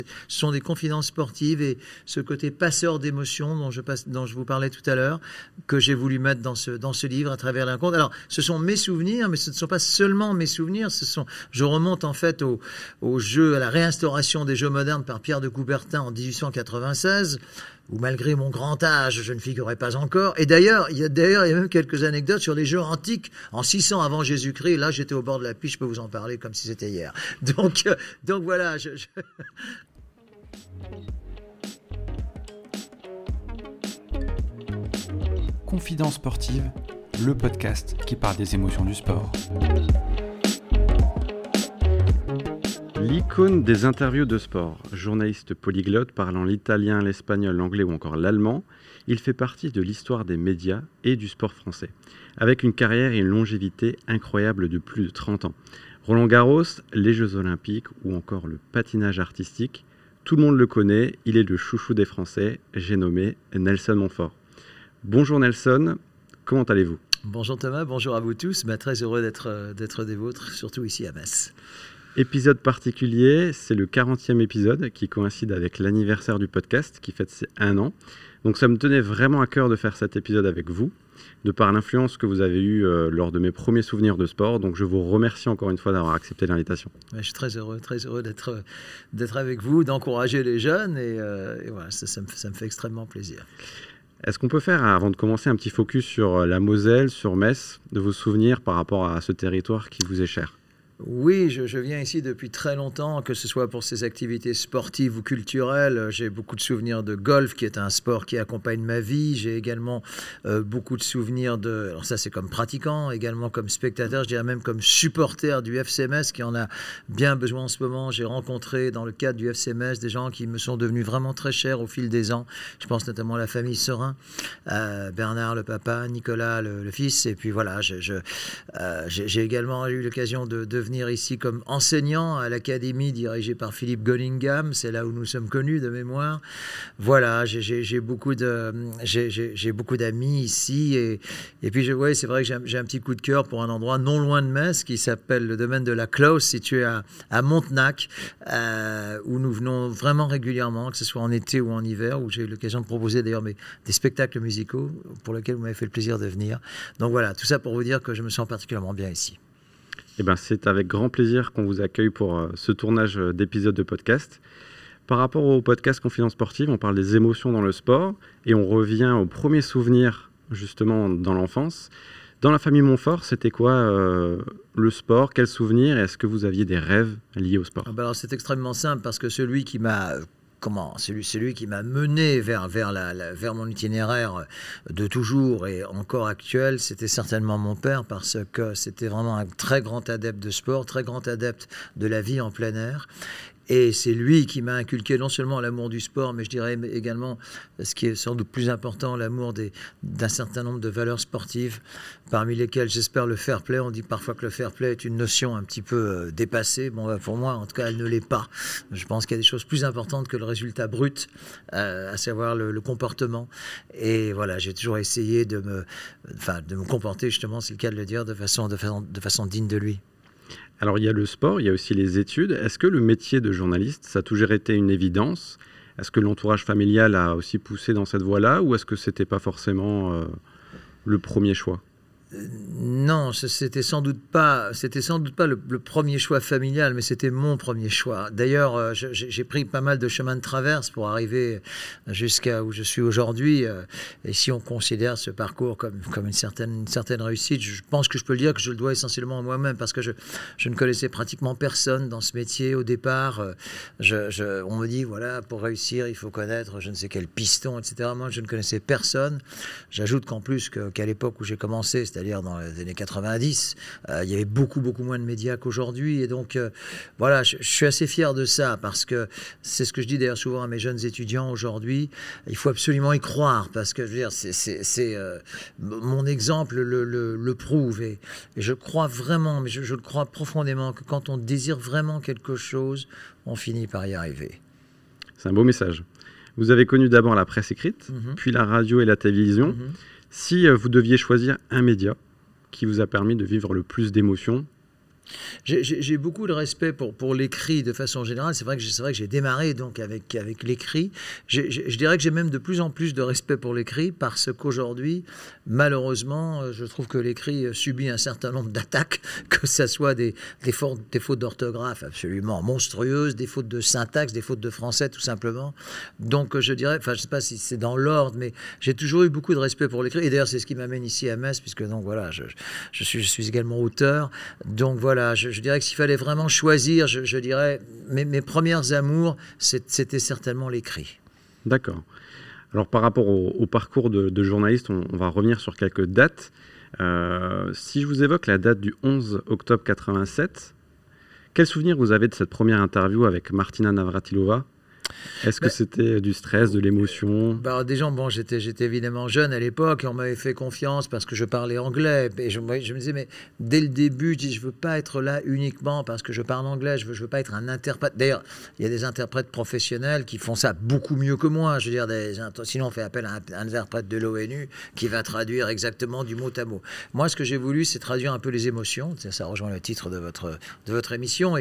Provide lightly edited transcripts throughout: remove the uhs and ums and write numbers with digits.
Ce sont des confidences sportives et ce côté passeur d'émotions dont je vous parlais tout à l'heure, que j'ai voulu mettre dans ce livre à travers les rencontres. Alors, ce sont mes souvenirs, mais ce ne sont pas seulement mes souvenirs. Je remonte en fait au jeu, à la réinstauration des jeux modernes par Pierre de Coubertin en 1896. Où malgré mon grand âge, je ne figurais pas encore. Et d'ailleurs, il y a même quelques anecdotes sur les jeux antiques en 600 avant Jésus-Christ. Là, j'étais au bord de la piste, je peux vous en parler comme si c'était hier. Donc voilà. Confidence sportive, le podcast qui parle des émotions du sport. L'icône des interviews de sport, journaliste polyglotte parlant l'italien, l'espagnol, l'anglais ou encore l'allemand, il fait partie de l'histoire des médias et du sport français, avec une carrière et une longévité incroyables de plus de 30 ans. Roland-Garros, les Jeux Olympiques ou encore le patinage artistique, tout le monde le connaît, il est le chouchou des Français, j'ai nommé Nelson Montfort. Bonjour Nelson, comment allez-vous ? Bonjour Thomas, bonjour à vous tous, très heureux d'être des vôtres, surtout ici à Metz. Épisode particulier, c'est le 40e épisode qui coïncide avec l'anniversaire du podcast qui fête ses 1 an. Donc ça me tenait vraiment à cœur de faire cet épisode avec vous, de par l'influence que vous avez eue lors de mes premiers souvenirs de sport. Donc je vous remercie encore une fois d'avoir accepté l'invitation. Je suis très heureux d'être avec vous, d'encourager les jeunes et voilà, ça me fait extrêmement plaisir. Est-ce qu'on peut faire, avant de commencer, un petit focus sur la Moselle, sur Metz, de vos souvenirs par rapport à ce territoire qui vous est cher ? Oui, je viens ici depuis très longtemps, que ce soit pour ces activités sportives ou culturelles. J'ai beaucoup de souvenirs de golf, qui est un sport qui accompagne ma vie. J'ai également beaucoup de souvenirs alors ça c'est comme pratiquant, également comme spectateur, je dirais même comme supporter du FC Metz, qui en a bien besoin en ce moment. J'ai rencontré dans le cadre du FC Metz des gens qui me sont devenus vraiment très chers au fil des ans. Je pense notamment à la famille Serin, Bernard le papa, Nicolas le fils. Et puis voilà, j'ai également eu l'occasion de venir ici comme enseignant à l'académie dirigée par Philippe Gollingham. C'est là où nous sommes connus de mémoire. Voilà, j'ai beaucoup d'amis ici et puis c'est vrai que j'ai un petit coup de cœur pour un endroit non loin de Metz qui s'appelle le domaine de la Close, situé à Montenac, où nous venons vraiment régulièrement, que ce soit en été ou en hiver, où j'ai eu l'occasion de proposer d'ailleurs des spectacles musicaux pour lesquels vous m'avez fait le plaisir de venir. Donc voilà, tout ça pour vous dire que je me sens particulièrement bien ici. C'est avec grand plaisir qu'on vous accueille pour ce tournage d'épisode de podcast. Par rapport au podcast Confidence sportive, on parle des émotions dans le sport et on revient aux premiers souvenirs justement dans l'enfance. Dans la famille Montfort, c'était quoi le sport ? Quels souvenirs ? Est-ce que vous aviez des rêves liés au sport ? Alors c'est extrêmement simple parce que celui qui m'a mené vers mon itinéraire de toujours et encore actuel, c'était certainement mon père, parce que c'était vraiment un très grand adepte de sport, très grand adepte de la vie en plein air. Et c'est lui qui m'a inculqué non seulement l'amour du sport, mais je dirais également, ce qui est sans doute plus important, l'amour d'un certain nombre de valeurs sportives, parmi lesquelles j'espère le fair play. On dit parfois que le fair play est une notion un petit peu dépassée. Bon, pour moi, en tout cas, elle ne l'est pas. Je pense qu'il y a des choses plus importantes que le résultat brut, à savoir le comportement. Et voilà, j'ai toujours essayé de me comporter, justement, c'est le cas de le dire, de façon digne de lui. Alors il y a le sport, il y a aussi les études. Est-ce que le métier de journaliste, ça a toujours été une évidence ? Est-ce que l'entourage familial a aussi poussé dans cette voie-là, ou est-ce que c'était pas forcément le premier choix ? Non, c'était sans doute pas le premier choix familial, mais c'était mon premier choix. D'ailleurs, j'ai pris pas mal de chemins de traverse pour arriver jusqu'à où je suis aujourd'hui. Et si on considère ce parcours comme une certaine réussite, je pense que je peux le dire que je le dois essentiellement à moi-même, parce que je ne connaissais pratiquement personne dans ce métier au départ. On me dit, voilà, pour réussir, il faut connaître je ne sais quel piston, etc. Moi, je ne connaissais personne. J'ajoute qu'en plus, qu'à l'époque où j'ai commencé, c'est-à-dire dans les années 90, il y avait beaucoup moins de médias qu'aujourd'hui. Et donc, voilà, je suis assez fier de ça, parce que c'est ce que je dis d'ailleurs souvent à mes jeunes étudiants aujourd'hui. Il faut absolument y croire, parce que je veux dire, mon exemple le prouve. Et je crois vraiment, mais je le crois profondément, que quand on désire vraiment quelque chose, on finit par y arriver. C'est un beau message. Vous avez connu d'abord la presse écrite, puis la radio et la télévision. Si vous deviez choisir un média qui vous a permis de vivre le plus d'émotions, J'ai beaucoup de respect pour l'écrit de façon générale. C'est vrai que j'ai démarré donc avec l'écrit. Je dirais que j'ai même de plus en plus de respect pour l'écrit parce qu'aujourd'hui, malheureusement, je trouve que l'écrit subit un certain nombre d'attaques, que ce soit des fautes d'orthographe absolument monstrueuses, des fautes de syntaxe, des fautes de français tout simplement. Donc je dirais, enfin je ne sais pas si c'est dans l'ordre, mais j'ai toujours eu beaucoup de respect pour l'écrit. Et d'ailleurs, c'est ce qui m'amène ici à Metz, puisque donc voilà, je suis également auteur. Donc voilà, je dirais que s'il fallait vraiment choisir, je dirais, mes premières amours, c'était certainement l'écrit. D'accord. Alors par rapport au parcours de journaliste, on va revenir sur quelques dates. Si je vous évoque la date du 11 octobre 87, quel souvenir vous avez de cette première interview avec Martina Navratilova ? Est-ce que c'était du stress, de l'émotion ? Déjà, j'étais évidemment jeune à l'époque et on m'avait fait confiance parce que je parlais anglais. Et je me disais, mais dès le début, je ne veux pas être là uniquement parce que je parle anglais. Je veux pas être un interprète. D'ailleurs, il y a des interprètes professionnels qui font ça beaucoup mieux que moi. Je veux dire, sinon on fait appel à un interprète de l'ONU qui va traduire exactement du mot à mot. Moi, ce que j'ai voulu, c'est traduire un peu les émotions. Ça rejoint le titre de votre émission.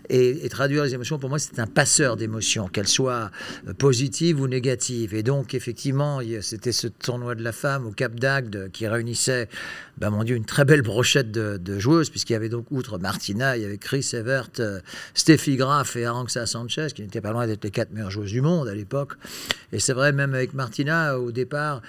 Et traduire les émotions, pour moi, c'est un passeur d'émotions, qu'elles soient positive ou négative. Et donc, effectivement, c'était ce tournoi de la femme au Cap d'Agde qui réunissait, mon Dieu, une très belle brochette de joueuses, puisqu'il y avait donc, outre Martina, il y avait Chris Evert, Steffi Graf et Arantxa Sanchez, qui n'étaient pas loin d'être les 4 meilleures joueuses du monde à l'époque. Et c'est vrai, même avec Martina, au départ,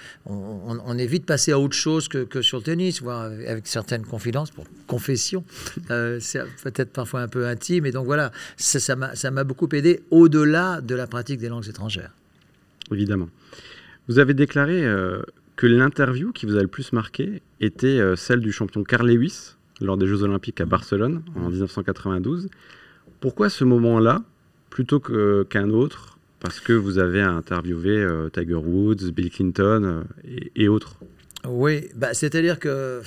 on est vite passé à autre chose que sur le tennis, voire avec certaines confessions. C'est peut-être parfois un peu intime. Et donc, voilà, ça m'a beaucoup aidé au-delà de la pratique des langues étrangères. Évidemment. Vous avez déclaré que l'interview qui vous a le plus marqué était celle du champion Carl Lewis lors des Jeux Olympiques à Barcelone en 1992. Pourquoi ce moment-là plutôt qu'un autre ? Parce que vous avez interviewé Tiger Woods, Bill Clinton et autres. Oui, c'est-à-dire que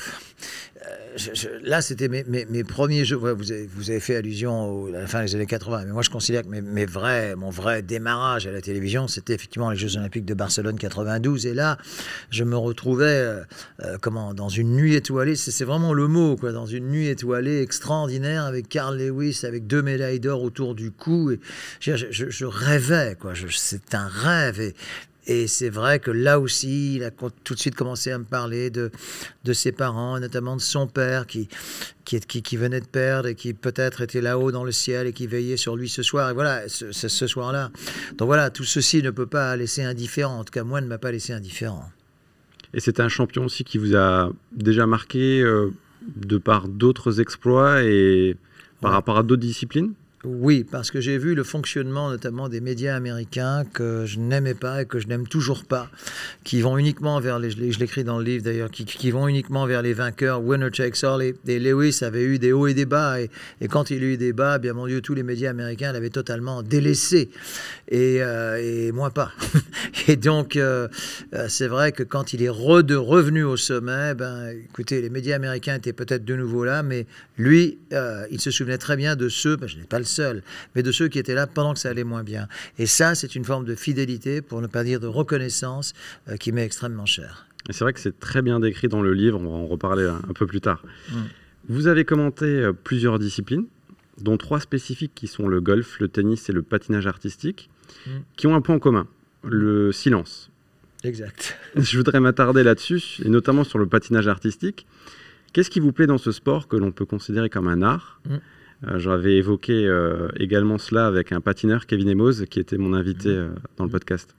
là, c'était mes premiers jeux. Ouais, vous avez fait allusion à la fin des années 80. Mais moi, je considère que mon vrai démarrage à la télévision, c'était effectivement les Jeux Olympiques de Barcelone 92. Et là, je me retrouvais dans une nuit étoilée. C'est vraiment le mot, quoi. Dans une nuit étoilée extraordinaire avec Carl Lewis, avec 2 médailles d'or autour du cou. Et je rêvais, quoi. C'est un rêve. Et c'est vrai que là aussi, il a tout de suite commencé à me parler de ses parents, notamment de son père qui venait de perdre et qui peut-être était là-haut dans le ciel et qui veillait sur lui ce soir. Et voilà, ce soir-là. Donc voilà, tout ceci ne peut pas laisser indifférent. En tout cas, moi, ne m'a pas laissé indifférent. Et c'est un champion aussi qui vous a déjà marqué de par d'autres exploits et par rapport à d'autres disciplines ? Oui, parce que j'ai vu le fonctionnement notamment des médias américains que je n'aimais pas et que je n'aime toujours pas, qui vont uniquement vers je l'écris dans le livre d'ailleurs, qui vont uniquement vers les vainqueurs, winner takes all. Et Lewis avait eu des hauts et des bas, et quand il a eu des bas, bien mon Dieu, tous les médias américains l'avaient totalement délaissé, et moi pas. Et donc, c'est vrai que quand il est revenu au sommet, écoutez, les médias américains étaient peut-être de nouveau là, mais lui, il se souvenait très bien de ceux, je n'ai pas le seul, mais de ceux qui étaient là pendant que ça allait moins bien. Et ça, c'est une forme de fidélité, pour ne pas dire de reconnaissance, qui m'est extrêmement chère. Et c'est vrai que c'est très bien décrit dans le livre, on va en reparler un peu plus tard. Vous avez commenté plusieurs disciplines, dont 3 spécifiques qui sont le golf, le tennis et le patinage artistique, qui ont un point en commun, le silence. Exact. Je voudrais m'attarder là-dessus, et notamment sur le patinage artistique. Qu'est-ce qui vous plaît dans ce sport que l'on peut considérer comme un art ? J'avais évoqué également cela avec un patineur, Kevin Emos, qui était mon invité dans le podcast.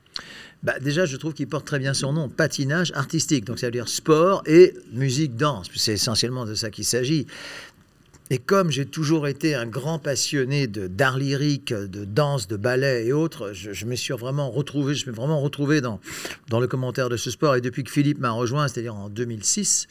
Déjà, je trouve qu'il porte très bien son nom, patinage artistique. Donc, ça veut dire sport et musique, danse. C'est essentiellement de ça qu'il s'agit. Et comme j'ai toujours été un grand passionné d'art lyrique, de danse, de ballet et autres, je me suis vraiment retrouvé dans le commentaire de ce sport. Et depuis que Philippe m'a rejoint, c'est-à-dire en 2006,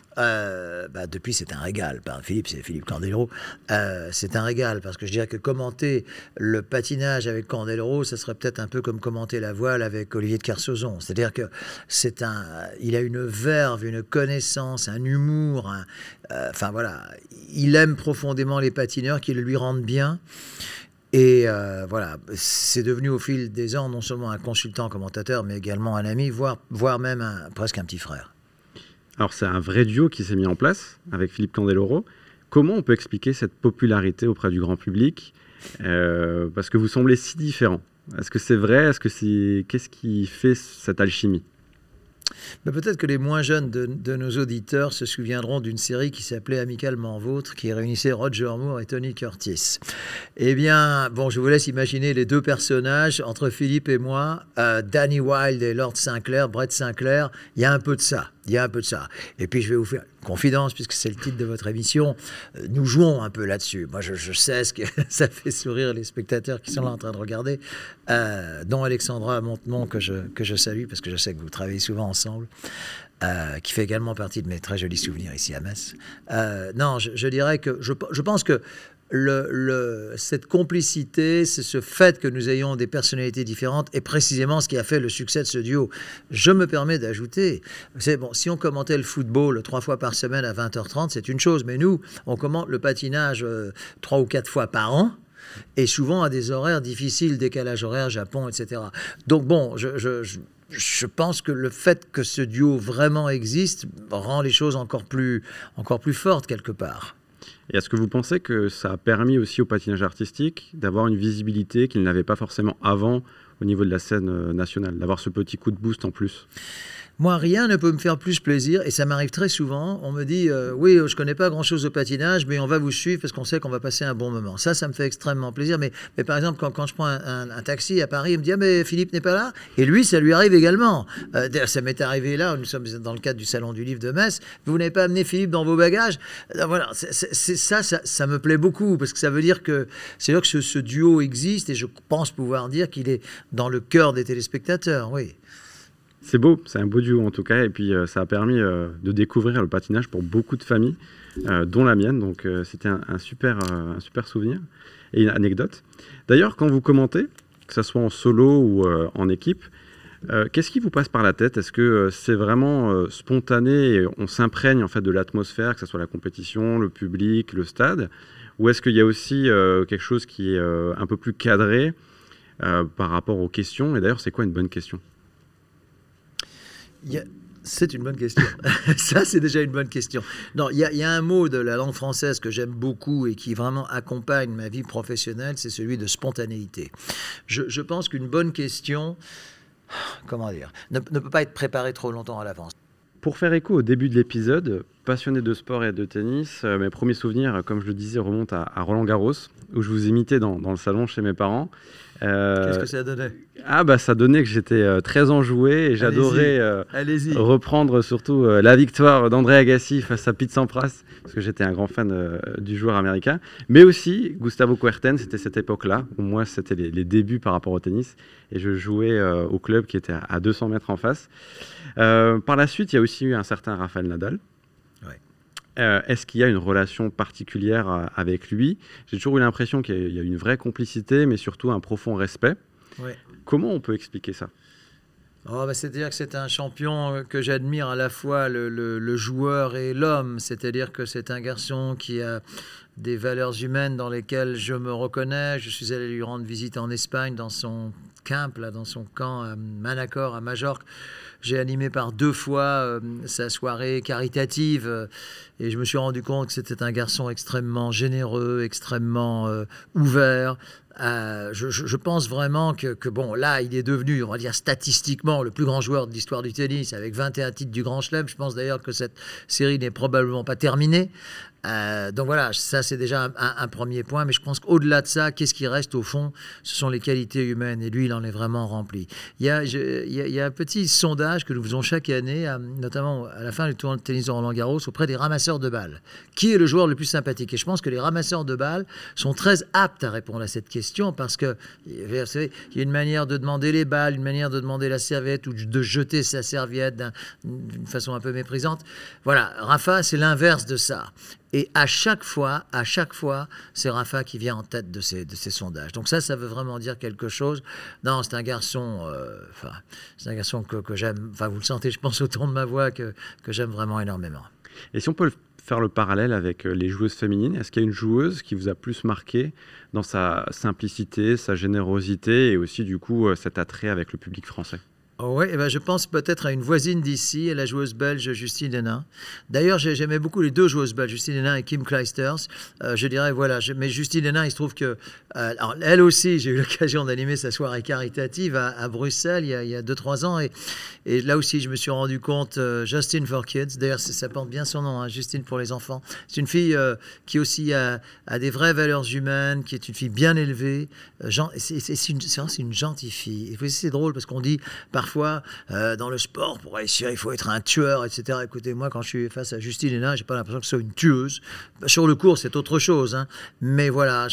depuis c'est un régal. Philippe, c'est Philippe Candeloro. C'est un régal parce que je dirais que commenter le patinage avec Candeloro, ça serait peut-être un peu comme commenter la voile avec Olivier de Kersauzon. C'est-à-dire que il a une verve, une connaissance, un humour. Il aime profondément les patineurs qui le lui rendent bien. Et c'est devenu au fil des ans non seulement un consultant commentateur, mais également un ami, voire même presque un petit frère. Alors c'est un vrai duo qui s'est mis en place avec Philippe Candeloro. Comment on peut expliquer cette popularité auprès du grand public parce que vous semblez si différents. Est-ce que c'est vrai? Qu'est-ce qui fait cette alchimie? Peut-être que les moins jeunes de nos auditeurs se souviendront d'une série qui s'appelait Amicalement Vôtre, qui réunissait Roger Moore et Tony Curtis. Eh bien, bon, je vous laisse imaginer les deux personnages, entre Philippe et moi, Danny Wilde et Lord Sinclair, Brett Sinclair, il y a un peu de ça. Et puis, je vais vous faire une confidence, puisque c'est le titre de votre émission. Nous jouons un peu là-dessus. Moi, je sais ce que ça fait sourire les spectateurs qui sont là en train de regarder, dont Alexandra Montenon, que je salue, parce que je sais que vous travaillez souvent ensemble, qui fait également partie de mes très jolis souvenirs ici à Metz. Non, je dirais que je pense que cette complicité, c'est ce fait que nous ayons des personnalités différentes est précisément ce qui a fait le succès de ce duo. Je me permets d'ajouter, si on commentait le football 3 fois par semaine à 20h30, c'est une chose, mais nous, on commente le patinage 3 ou 4 fois par an, et souvent à des horaires difficiles, décalage horaire, Japon, etc. Donc bon, je pense que le fait que ce duo vraiment existe rend les choses encore plus fortes quelque part. Et est-ce que vous pensez que ça a permis aussi au patinage artistique d'avoir une visibilité qu'il n'avait pas forcément avant au niveau de la scène nationale, d'avoir ce petit coup de boost en plus? Moi, rien ne peut me faire plus plaisir, et ça m'arrive très souvent. On me dit, oui, je connais pas grand-chose au patinage, mais on va vous suivre parce qu'on sait qu'on va passer un bon moment. Ça me fait extrêmement plaisir. Mais par exemple, quand je prends un taxi à Paris, il me dit, mais Philippe n'est pas là. Et lui, ça lui arrive également. Ça m'est arrivé là, nous sommes dans le cadre du Salon du Livre de Metz. Vous n'avez pas amené Philippe dans vos bagages. Voilà, ça me plaît beaucoup, parce que ça veut dire que ce duo existe, et je pense pouvoir dire qu'il est dans le cœur des téléspectateurs, oui. C'est beau, c'est un beau duo en tout cas, et puis ça a permis de découvrir le patinage pour beaucoup de familles, dont la mienne, donc c'était un super souvenir et une anecdote. D'ailleurs, quand vous commentez, que ce soit en solo ou en équipe, qu'est-ce qui vous passe par la tête? Est-ce que c'est vraiment spontané et on s'imprègne en fait de l'atmosphère, que ce soit la compétition, le public, le stade, ou est-ce qu'il y a aussi quelque chose qui est un peu plus cadré par rapport aux questions? Et d'ailleurs, c'est quoi une bonne question? C'est une bonne question. Ça, c'est déjà une bonne question. Non, il y a un mot de la langue française que j'aime beaucoup et qui vraiment accompagne ma vie professionnelle, c'est celui de spontanéité. Je pense qu'une bonne question, ne peut pas être préparée trop longtemps à l'avance. Pour faire écho au début de l'épisode, passionné de sport et de tennis, mes premiers souvenirs, comme je le disais, remontent à Roland-Garros, où je vous imitais dans le salon chez mes parents. Qu'est-ce que ça donnait? Ça donnait que j'étais très enjoué et j'adorais reprendre surtout la victoire d'André Agassi face à Pete Sampras, parce que j'étais un grand fan du joueur américain, mais aussi Gustavo Kuerten. C'était cette époque-là où moi c'était les débuts par rapport au tennis, et je jouais au club qui était à 200 mètres en face. Par la suite, il y a aussi eu un certain Rafael Nadal. Est-ce qu'il y a une relation particulière avec lui? J'ai toujours eu l'impression qu'il y a une vraie complicité, mais surtout un profond respect. Ouais. Comment on peut expliquer ça? C'est-à-dire que c'est un champion que j'admire à la fois le joueur et l'homme. C'est-à-dire que c'est un garçon qui a des valeurs humaines dans lesquelles je me reconnais. Je suis allé lui rendre visite en Espagne, dans son camp, dans son camp à Manacor, à Majorque. J'ai animé par 2 fois sa soirée caritative, et je me suis rendu compte que c'était un garçon extrêmement généreux, extrêmement ouvert. Je pense vraiment que là, il est devenu, on va dire statistiquement, le plus grand joueur de l'histoire du tennis, avec 21 titres du Grand Chelem. Je pense d'ailleurs que cette série n'est probablement pas terminée. Donc voilà, ça c'est déjà un premier point, mais je pense qu'au-delà de ça, qu'est-ce qui reste au fond? Ce sont les qualités humaines, et lui, il en est vraiment rempli. Il y a un petit sondage que nous faisons chaque année, notamment à la fin du tournoi de tennis de Roland-Garros, auprès des ramasseurs de balles. Qui est le joueur le plus sympathique? Et je pense que les ramasseurs de balles sont très aptes à répondre à cette question, parce que, vous savez, il y a une manière de demander les balles, une manière de demander la serviette, ou de jeter sa serviette d'une façon un peu méprisante. Voilà, Rafa, c'est l'inverse de ça. Et à chaque fois, c'est Rafa qui vient en tête de ces sondages. Donc ça veut vraiment dire quelque chose. Non, c'est un garçon, que j'aime. Enfin, vous le sentez, je pense, au ton de ma voix, que j'aime vraiment énormément. Et si on peut faire le parallèle avec les joueuses féminines, est-ce qu'il y a une joueuse qui vous a plus marqué dans sa simplicité, sa générosité, et aussi du coup cet attrait avec le public français? Oh ouais, eh ben je pense peut-être à une voisine d'ici, la joueuse belge Justine Henin. D'ailleurs, j'aimais beaucoup les deux joueuses belges, Justine Henin et Kim Clijsters. Je dirais, voilà, mais Justine Henin, il se trouve que, alors, elle aussi, j'ai eu l'occasion d'animer sa soirée caritative à Bruxelles il y a 2-3 ans. Et là aussi, je me suis rendu compte, Justine for Kids, d'ailleurs, ça porte bien son nom, hein, Justine pour les enfants. C'est une fille qui aussi a des vraies valeurs humaines, qui est une fille bien élevée. C'est une gentille fille. Et c'est drôle parce qu'on dit parfois dans le sport, pour réussir, il faut être un tueur, etc. Écoutez, moi, quand je suis face à Justine Henin, j'ai pas l'impression que ce soit une tueuse. Sur le court, c'est autre chose, hein. Mais voilà,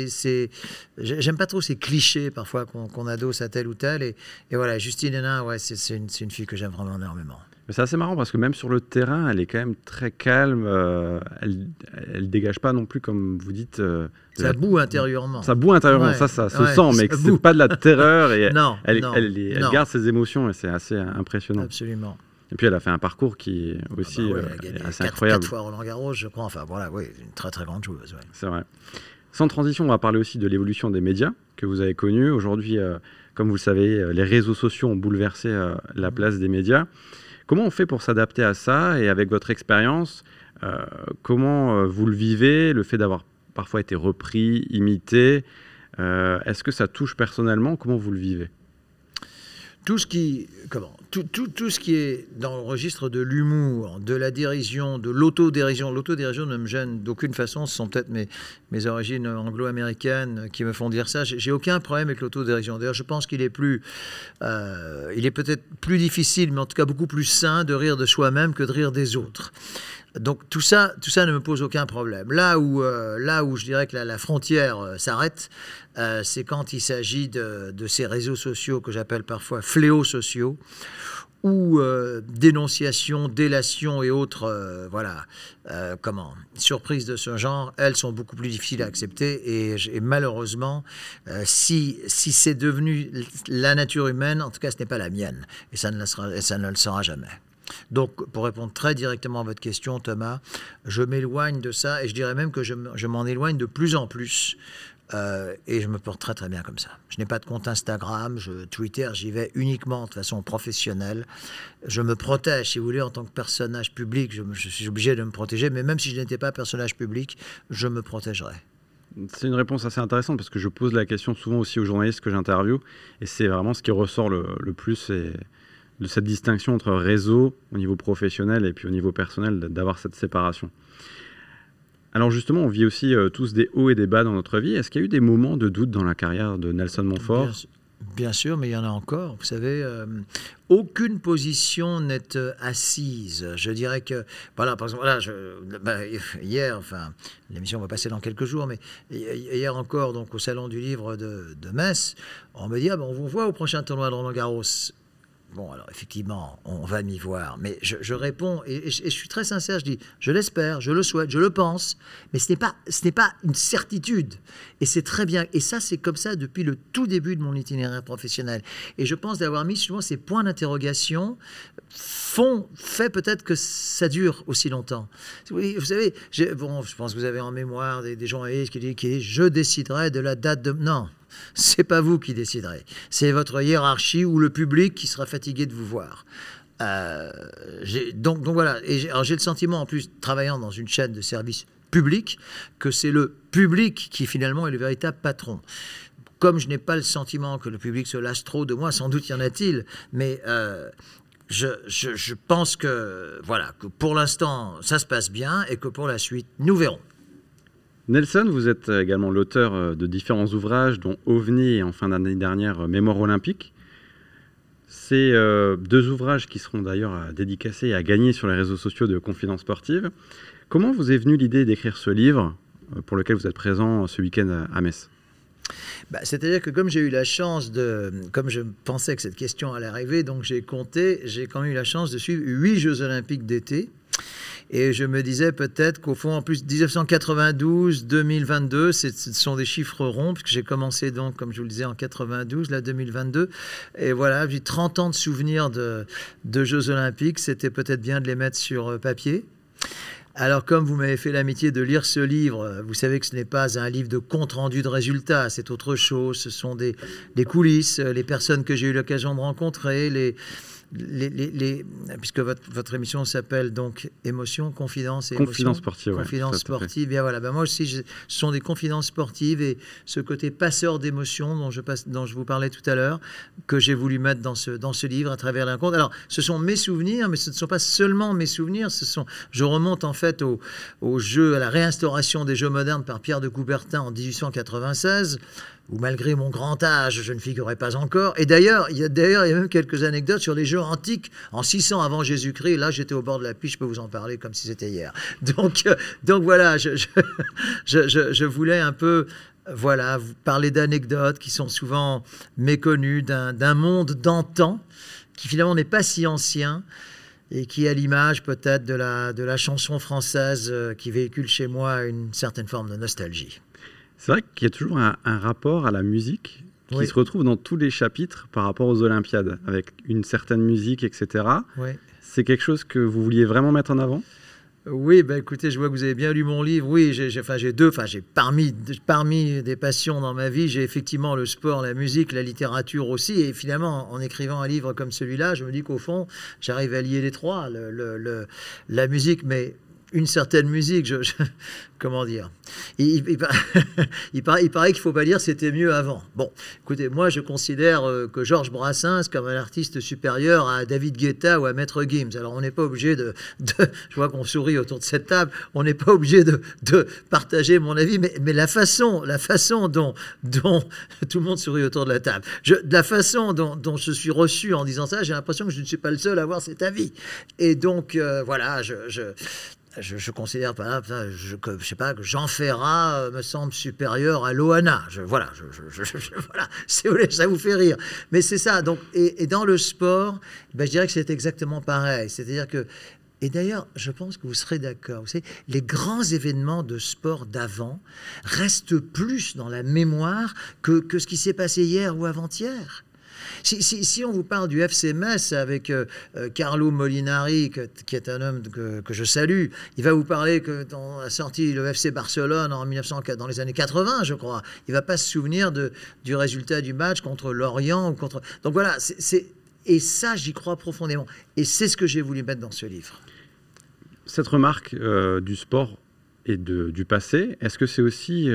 j'aime pas trop ces clichés parfois qu'on adosse à tel ou tel. Et voilà, Justine Henin, ouais, c'est une fille que j'aime vraiment énormément. Mais c'est assez marrant parce que même sur le terrain, elle est quand même très calme. Elle dégage pas non plus, comme vous dites. Ça boue intérieurement. Ça boue intérieurement, ouais, ça se sent, mais c'est pas de la terreur. Et non, elle garde ses émotions et c'est assez impressionnant. Absolument. Et puis elle a fait un parcours qui est aussi assez incroyable. 4 fois Roland-Garros, je crois. Enfin voilà, oui, une très très grande joueuse. Ouais. C'est vrai. Sans transition, on va parler aussi de l'évolution des médias que vous avez connus. Aujourd'hui, comme vous le savez, les réseaux sociaux ont bouleversé la place des médias. Comment on fait pour s'adapter à ça? Et avec votre expérience, comment vous le vivez, le fait d'avoir parfois été repris, imité? Est-ce que ça touche personnellement? Comment vous le vivez? Tout ce qui est dans le registre de l'humour, de la dérision, de l'autodérision. L'autodérision ne me gêne d'aucune façon. Ce sont peut-être mes origines anglo-américaines qui me font dire ça. J'ai aucun problème avec l'autodérision. D'ailleurs, je pense qu'il est il est peut-être plus difficile, mais en tout cas beaucoup plus sain de rire de soi-même que de rire des autres. Donc tout ça ne me pose aucun problème. Là où je dirais que la frontière s'arrête, c'est quand il s'agit de ces réseaux sociaux que j'appelle parfois fléaux sociaux, où dénonciation, délation et autres surprises de ce genre, elles sont beaucoup plus difficiles à accepter. Et malheureusement, si c'est devenu la nature humaine, en tout cas ce n'est pas la mienne. Et ça ne le sera jamais. Donc, pour répondre très directement à votre question, Thomas, je m'éloigne de ça et je dirais même que je m'en éloigne de plus en plus et je me porte très très bien comme ça. Je n'ai pas de compte Instagram, Twitter, j'y vais uniquement de façon professionnelle. Je me protège, si vous voulez, en tant que personnage public, je suis obligé de me protéger, mais même si je n'étais pas personnage public, je me protégerais. C'est une réponse assez intéressante parce que je pose la question souvent aussi aux journalistes que j'interviewe et c'est vraiment ce qui ressort le plus de cette distinction entre réseau au niveau professionnel et puis au niveau personnel, d'avoir cette séparation. Alors justement, on vit aussi tous des hauts et des bas dans notre vie. Est-ce qu'il y a eu des moments de doute dans la carrière de Nelson Montfort ? Bien sûr, mais il y en a encore. Vous savez, aucune position n'est assise. Je dirais que, voilà, par exemple, hier, l'émission va passer dans quelques jours, mais hier encore, donc au Salon du Livre de Metz, on me dit, on vous voit au prochain tournoi de Roland-Garros. Bon, alors effectivement, on va m'y voir, mais je réponds, et je suis très sincère, je dis, je l'espère, je le souhaite, je le pense, mais ce n'est pas une certitude, et c'est très bien, et ça c'est comme ça depuis le tout début de mon itinéraire professionnel, et je pense d'avoir mis souvent ces points d'interrogation fait peut-être que ça dure aussi longtemps. Vous savez, je pense que vous avez en mémoire des journalistes qui disent, je déciderai de la date de... Non. C'est pas vous qui déciderez. C'est votre hiérarchie ou le public qui sera fatigué de vous voir. Donc voilà. Alors j'ai le sentiment, en plus, travaillant dans une chaîne de services publics, que c'est le public qui finalement est le véritable patron. Comme je n'ai pas le sentiment que le public se lasse trop de moi, sans doute y en a-t-il, mais je pense que pour l'instant, ça se passe bien et que pour la suite, nous verrons. Nelson, vous êtes également l'auteur de différents ouvrages, dont OVNI et en fin d'année dernière Mémoire olympique. C'est 2 ouvrages qui seront d'ailleurs dédicacés et à gagner sur les réseaux sociaux de Confidence Sportive. Comment vous est venue l'idée d'écrire ce livre pour lequel vous êtes présent ce week-end à Metz ? C'est-à-dire que comme j'ai eu la chance comme je pensais que cette question allait arriver, donc j'ai quand même eu la chance de suivre 8 Jeux olympiques d'été. Et je me disais peut-être qu'au fond, en plus, 1992, 2022, ce sont des chiffres ronds, puisque j'ai commencé donc, comme je vous le disais, en 92, là, 2022. Et voilà, j'ai 30 ans de souvenirs de Jeux olympiques. C'était peut-être bien de les mettre sur papier. Alors, comme vous m'avez fait l'amitié de lire ce livre, vous savez que ce n'est pas un livre de compte-rendu de résultats, c'est autre chose. Ce sont des coulisses, les personnes que j'ai eu l'occasion de rencontrer, puisque votre émission s'appelle donc Émotion, Confidence et Confidence Émotion. sportive. Confidence sportive. Bien voilà. Ben moi aussi, ce sont des confidences sportives et ce côté passeur d'émotions dont je vous parlais tout à l'heure, que j'ai voulu mettre dans ce livre à travers les conte. Alors, ce sont mes souvenirs, mais ce ne sont pas seulement mes souvenirs. Je remonte en fait au jeu, à la réinstauration des jeux modernes par Pierre de Coubertin en 1896. Où malgré mon grand âge, je ne figurais pas encore. Et d'ailleurs, il y a même quelques anecdotes sur les jeux antiques en 600 avant Jésus-Christ. Là, j'étais au bord de la piste, je peux vous en parler comme si c'était hier. Donc voilà, je voulais un peu vous parler d'anecdotes qui sont souvent méconnues, d'un monde d'antan qui finalement n'est pas si ancien et qui, à l'image peut-être de la chanson française, qui véhicule chez moi une certaine forme de nostalgie. C'est vrai qu'il y a toujours un rapport à la musique qui se retrouve dans tous les chapitres par rapport aux Olympiades, avec une certaine musique, etc. Oui. C'est quelque chose que vous vouliez vraiment mettre en avant ? Oui, écoutez, je vois que vous avez bien lu mon livre. Oui, j'ai parmi des passions dans ma vie, j'ai effectivement le sport, la musique, la littérature aussi. Et finalement, en écrivant un livre comme celui-là, je me dis qu'au fond, j'arrive à lier les trois, la musique, mais une certaine musique, comment dire, il paraît qu'il ne faut pas dire c'était mieux avant. Bon, écoutez, moi je considère que Georges Brassens comme un artiste supérieur à David Guetta ou à Maître Gims. Alors on n'est pas obligé je vois qu'on sourit autour de cette table, on n'est pas obligé de partager mon avis, mais la façon dont tout le monde sourit autour de la table, la façon dont je suis reçu en disant ça, j'ai l'impression que je ne suis pas le seul à avoir cet avis. Et donc voilà, je considère pas que je sais pas, que Jean Ferrat me semble supérieur à Loana. Voilà, si vous voulez, ça vous fait rire. Mais c'est ça. Donc, et dans le sport, je dirais que c'est exactement pareil. C'est-à-dire que, et d'ailleurs, je pense que vous serez d'accord. Vous savez, les grands événements de sport d'avant restent plus dans la mémoire que ce qui s'est passé hier ou avant-hier. Si on vous parle du FC Metz avec Carlo Molinari, qui est un homme que je salue, il va vous parler que dans la sortie le FC Barcelone dans les années 80, je crois. Il ne va pas se souvenir du résultat du match contre Lorient ou contre. Donc voilà, et ça, j'y crois profondément. Et c'est ce que j'ai voulu mettre dans ce livre. Cette remarque du sport et du passé, est-ce que c'est aussi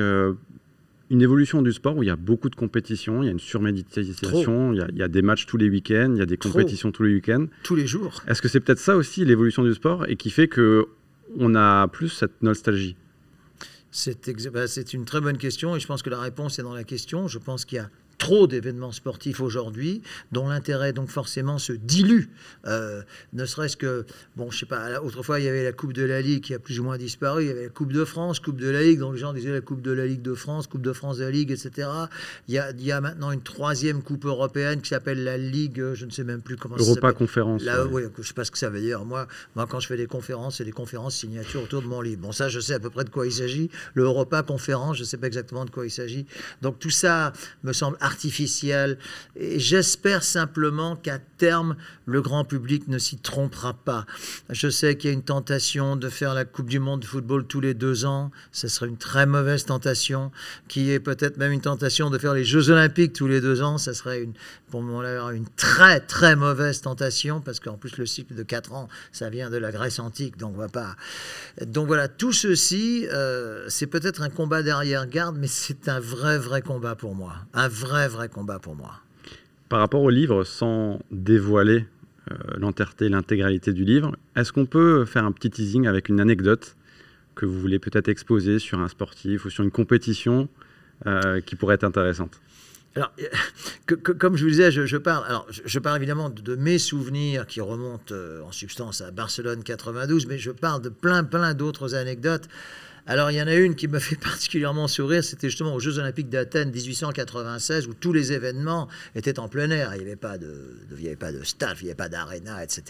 une évolution du sport où il y a beaucoup de compétitions, il y a une surmédiatisation, il y a des matchs tous les week-ends, il y a des compétitions tous les week-ends. Tous les jours. Est-ce que c'est peut-être ça aussi l'évolution du sport et qui fait qu'on a plus cette nostalgie ? C'est une très bonne question et je pense que la réponse est dans la question. Je pense qu'il y a trop d'événements sportifs aujourd'hui dont l'intérêt donc forcément se dilue, ne serait-ce que, bon, je sais pas, autrefois il y avait la Coupe de la Ligue qui a plus ou moins disparu, il y avait la Coupe de France, Coupe de la Ligue, dont les gens disaient la Coupe de la Ligue de France, Coupe de France de la Ligue, etc. Il y a maintenant une troisième Coupe européenne qui s'appelle la Ligue, je ne sais même plus comment ça s'appelle. Europa Conférence. Oui, je ne sais pas ce que ça veut dire. Moi, quand je fais des conférences, c'est des conférences signatures autour de mon livre. Bon, ça, je sais à peu près de quoi il s'agit. Le Europa Conférence, je ne sais pas exactement de quoi il s'agit. Donc tout ça me semble artificiel. Et j'espère simplement qu'à terme, le grand public ne s'y trompera pas. Je sais qu'il y a une tentation de faire la Coupe du Monde de football tous les 2 ans. Ce serait une très mauvaise tentation, qui est peut-être même une tentation de faire les Jeux Olympiques tous les 2 ans. Ça serait pour moi une très très mauvaise tentation, parce qu'en plus le cycle de 4 ans, ça vient de la Grèce antique, donc on va pas. Donc voilà, tout ceci, c'est peut-être un combat d'arrière-garde, mais c'est un vrai combat pour moi. Un vrai combat pour moi. Par rapport au livre, sans dévoiler l'entièreté, l'intégralité du livre, est-ce qu'on peut faire un petit teasing avec une anecdote que vous voulez peut-être exposer sur un sportif ou sur une compétition qui pourrait être intéressante ? Alors, comme je vous disais, je parle évidemment de mes souvenirs qui remontent en substance à Barcelone 92, mais je parle de plein d'autres anecdotes. Alors, il y en a une qui me fait particulièrement sourire, c'était justement aux Jeux Olympiques d'Athènes 1896, où tous les événements étaient en plein air. Il n'y avait pas de stade, il n'y avait pas d'aréna, etc.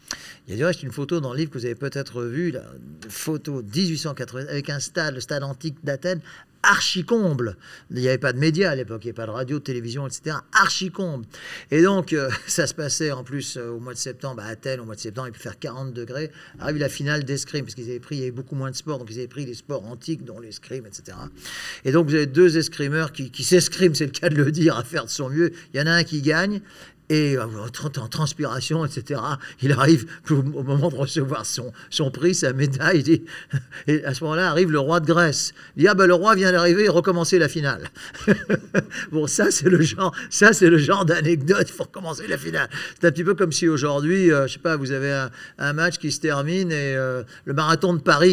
Il y a du reste une photo dans le livre que vous avez peut-être vue, là, une photo 1880 avec un stade, le stade antique d'Athènes, archi-comble. Il n'y avait pas de médias à l'époque, il n'y avait pas de radio, de télévision, etc. Archi-comble. Et donc, ça se passait en plus au mois de septembre, à Athènes, au mois de septembre, il peut faire 40 degrés. Arrive la finale d'escrime, parce qu'ils avaient pris, il y avait beaucoup moins de sports, donc ils avaient pris les sports antiques, dont l'escrime, etc. Et donc, vous avez deux escrimeurs qui s'escriment, c'est le cas de le dire, à faire de son mieux. Il y en a un qui gagne. Et en transpiration, etc., il arrive au moment de recevoir son prix, sa médaille. Et à ce moment-là, arrive le roi de Grèce. Il dit, le roi vient d'arriver et recommencer la finale. Bon, ça, c'est le genre d'anecdote, il faut recommencer la finale. C'est un petit peu comme si aujourd'hui, je sais pas, vous avez un match qui se termine et le marathon de Paris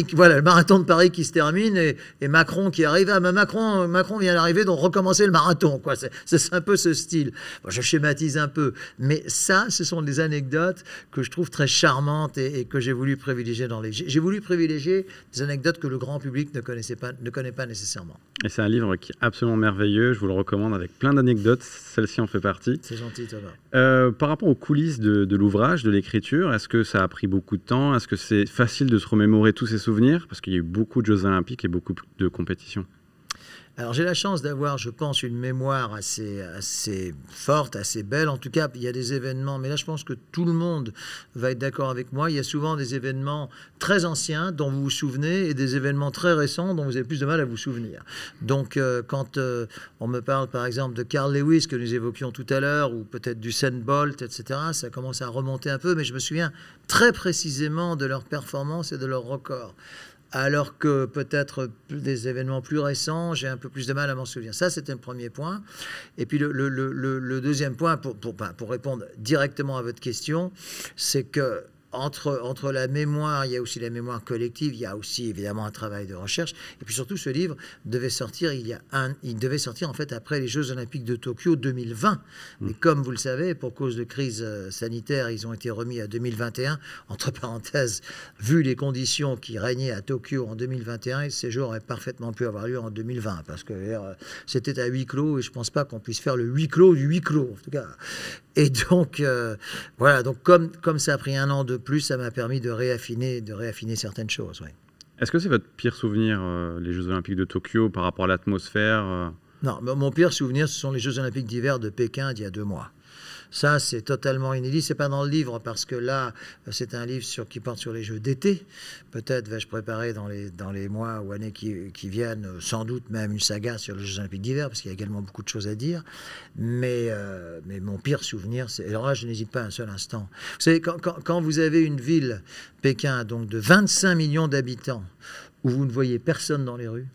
qui se termine et Macron qui arrive. Macron vient d'arriver, donc recommencer le marathon, quoi. C'est un peu ce style. Bon, je schématise un peu. Mais ça, ce sont des anecdotes que je trouve très charmantes et que j'ai voulu privilégier dans les... J'ai voulu privilégier des anecdotes que le grand public ne connaît pas nécessairement. Et c'est un livre qui est absolument merveilleux. Je vous le recommande avec plein d'anecdotes. Celle-ci en fait partie. C'est gentil, Thomas. Par rapport aux coulisses de l'ouvrage, de l'écriture, est-ce que ça a pris beaucoup de temps? Est-ce que c'est facile de se remémorer tous ces souvenirs? Parce qu'il y a eu beaucoup de Jeux Olympiques et beaucoup de compétitions. Alors j'ai la chance d'avoir, je pense, une mémoire assez forte, assez belle. En tout cas, il y a des événements, mais là je pense que tout le monde va être d'accord avec moi. Il y a souvent des événements très anciens dont vous vous souvenez et des événements très récents dont vous avez plus de mal à vous souvenir. Donc quand on me parle par exemple de Carl Lewis que nous évoquions tout à l'heure, ou peut-être du Usain Bolt, etc., ça commence à remonter un peu, mais je me souviens très précisément de leurs performances et de leurs records. Alors que peut-être des événements plus récents, j'ai un peu plus de mal à m'en souvenir. Ça, c'était le premier point. Et puis le deuxième point, pour répondre directement à votre question, c'est que entre la mémoire, il y a aussi la mémoire collective, il y a aussi évidemment un travail de recherche. Et puis surtout, ce livre devait sortir, il devait sortir en fait après les Jeux Olympiques de Tokyo 2020. Mais comme vous le savez, pour cause de crise sanitaire, ils ont été remis à 2021. Entre parenthèses, vu les conditions qui régnaient à Tokyo en 2021, ces Jeux auraient parfaitement pu avoir lieu en 2020 parce que c'était à huis clos et je ne pense pas qu'on puisse faire le huis clos du huis clos, en tout cas. Et donc, voilà, donc comme ça a pris un an de plus, ça m'a permis de réaffiner certaines choses. Oui. Est-ce que c'est votre pire souvenir, les Jeux Olympiques de Tokyo, par rapport à l'atmosphère Non, mon pire souvenir, ce sont les Jeux Olympiques d'hiver de Pékin d'il y a 2 mois. Ça, c'est totalement inédit. C'est pas dans le livre parce que là, c'est un livre qui porte sur les Jeux d'été. Peut-être vais-je préparer dans les mois ou années qui viennent, sans doute même une saga sur les Jeux Olympiques d'hiver, parce qu'il y a également beaucoup de choses à dire. Mais mon pire souvenir, c'est... Alors là, je n'hésite pas un seul instant. Vous savez, quand vous avez une ville, Pékin, donc de 25 millions d'habitants, où vous ne voyez personne dans les rues,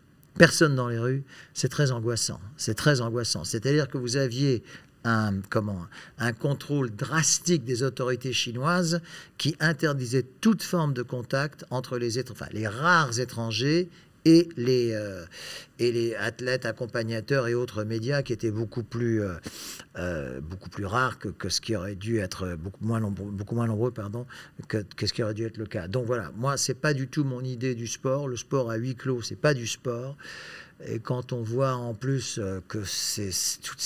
c'est très angoissant. C'est très angoissant. C'est-à-dire que vous aviez un contrôle drastique des autorités chinoises qui interdisait toute forme de contact entre les rares étrangers et les athlètes, accompagnateurs et autres médias qui étaient beaucoup plus rares que ce qui aurait dû être beaucoup moins nombreux que ce qui aurait dû être le cas. Donc voilà, moi c'est pas du tout mon idée du sport. Le sport à huis clos, c'est pas du sport. Et quand on voit en plus que toutes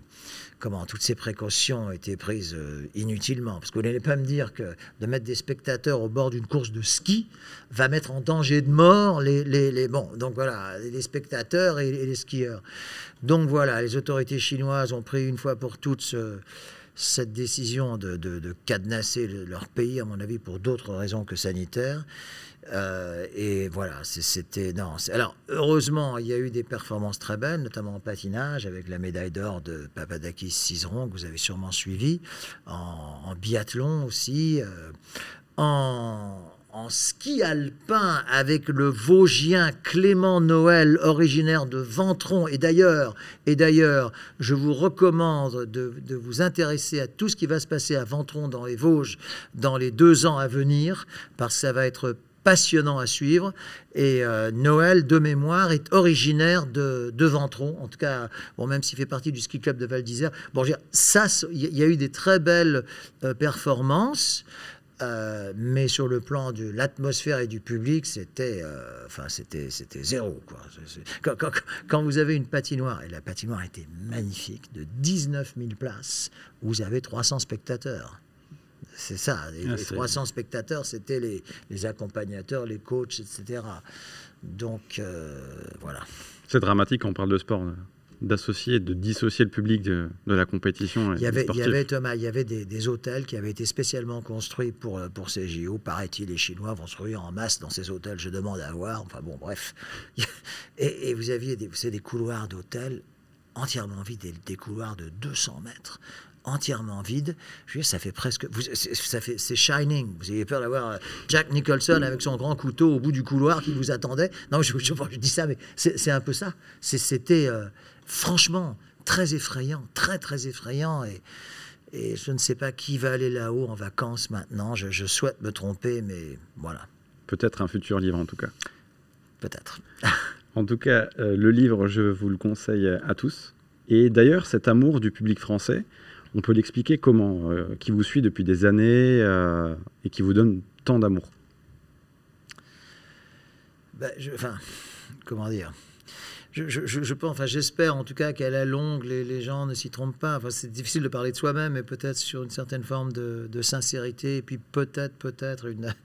ces précautions ont été prises inutilement, parce que vous n'allez pas me dire que de mettre des spectateurs au bord d'une course de ski va mettre en danger de mort donc voilà, les spectateurs et les skieurs. Donc voilà, les autorités chinoises ont pris une fois pour toutes cette décision de cadenasser leur pays, à mon avis, pour d'autres raisons que sanitaires. Et voilà, alors heureusement il y a eu des performances très belles, notamment en patinage avec la médaille d'or de Papadakis Cizeron que vous avez sûrement suivi, en biathlon aussi, en ski alpin avec le Vosgien Clément Noël, originaire de Ventron. Et d'ailleurs, je vous recommande de vous intéresser à tout ce qui va se passer à Ventron dans les Vosges dans les 2 ans à venir, parce que ça va être passionnant à suivre. Et Noël, de mémoire, est originaire de Ventron. En tout cas, même s'il fait partie du ski club de Val d'Isère. Bon, il y a eu des très belles performances. Mais sur le plan de l'atmosphère et du public, c'était zéro, quoi. Quand vous avez une patinoire, et la patinoire était magnifique, de 19 000 places, vous avez 300 spectateurs. C'est ça. Les 300 spectateurs, c'était les accompagnateurs, les coachs, etc. Donc, voilà. C'est dramatique quand on parle de sport, d'associer, de dissocier le public de la compétition. Il y avait, Thomas, il y avait des hôtels qui avaient été spécialement construits pour ces JO. Paraît-il, les Chinois vont se ruer en masse dans ces hôtels. Je demande à voir. Enfin bon, bref. Et vous aviez des couloirs d'hôtels entièrement vides, des couloirs de 200 mètres. Entièrement vide, je veux dire, ça fait presque, c'est Shining. Vous avez peur d'avoir Jack Nicholson avec son grand couteau au bout du couloir qui vous attendait. Non, je dis ça, mais c'est un peu ça. C'était franchement très effrayant, très très effrayant. Et je ne sais pas qui va aller là-haut en vacances maintenant. Je souhaite me tromper, mais voilà. Peut-être un futur livre en tout cas. Peut-être. En tout cas, le livre, je vous le conseille à tous. Et d'ailleurs, cet amour du public français, on peut l'expliquer comment, qui vous suit depuis des années et qui vous donne tant d'amour. Comment dire, je pense, j'espère en tout cas qu'à la longue, les gens ne s'y trompent pas. Enfin, c'est difficile de parler de soi-même, mais peut-être sur une certaine forme de sincérité, et puis peut-être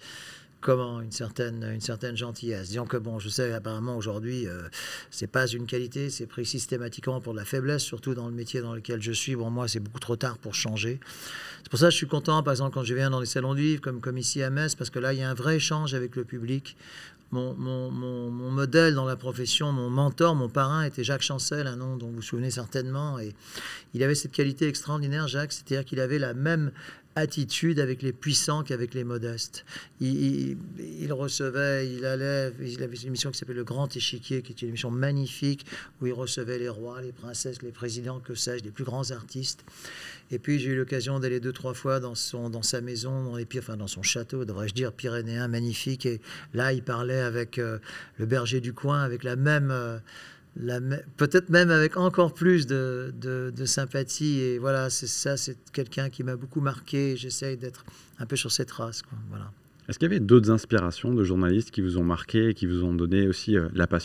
une certaine gentillesse. Disons que bon, je sais apparemment aujourd'hui, c'est pas une qualité, c'est pris systématiquement pour de la faiblesse, surtout dans le métier dans lequel je suis. Bon, moi, c'est beaucoup trop tard pour changer. C'est pour ça que je suis content, par exemple, quand je viens dans les salons du livre, comme ici à Metz, parce que là, il y a un vrai échange avec le public. Mon modèle dans la profession, mon mentor, mon parrain était Jacques Chancel, un nom dont vous vous souvenez certainement. Et il avait cette qualité extraordinaire, Jacques, c'est-à-dire qu'il avait la même attitude avec les puissants qu'avec les modestes. Il recevait, il avait une émission qui s'appelait Le Grand Échiquier, qui est une émission magnifique, où il recevait les rois, les princesses, les présidents, que sais-je, les plus grands artistes. Et puis j'ai eu l'occasion d'aller 2-3 fois dans sa maison, dans son château, devrais-je dire, pyrénéen, magnifique. Et là, il parlait avec le berger du coin, avec la même... peut-être même avec encore plus de sympathie. Et voilà, c'est quelqu'un qui m'a beaucoup marqué. J'essaye d'être un peu sur cette trace, quoi. Voilà. Est-ce qu'il y avait d'autres inspirations de journalistes qui vous ont marqué et qui vous ont donné aussi la passion ?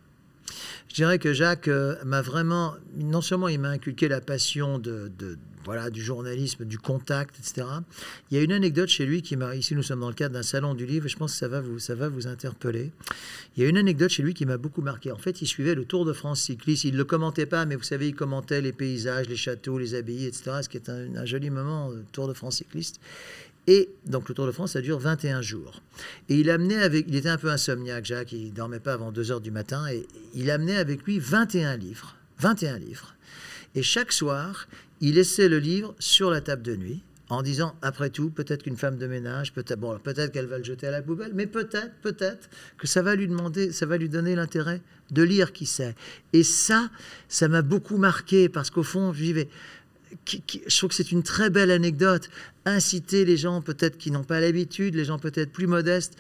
Je dirais que Jacques m'a vraiment... Non seulement il m'a inculqué la passion du journalisme, du contact, etc. Il y a une anecdote chez lui qui m'a... Ici, nous sommes dans le cadre d'un salon du livre, et je pense que ça va vous interpeller. Il y a une anecdote chez lui qui m'a beaucoup marqué. En fait, il suivait le Tour de France cycliste. Il ne le commentait pas, mais vous savez, il commentait les paysages, les châteaux, les abbayes, etc., ce qui est un joli moment, le Tour de France cycliste. Et donc le Tour de France, ça dure 21 jours. Et il était un peu insomniaque, Jacques, il ne dormait pas avant 2 heures du matin, et il amenait avec lui 21 livres. 21 livres. Et chaque soir, il laissait le livre sur la table de nuit, en disant, après tout, peut-être qu'une femme de ménage, peut-être qu'elle va le jeter à la poubelle, mais peut-être que ça va lui donner l'intérêt de lire, qui sait. Et ça m'a beaucoup marqué, parce qu'au fond, je trouve que c'est une très belle anecdote. Inciter les gens peut-être qui n'ont pas l'habitude, les gens peut-être plus modestes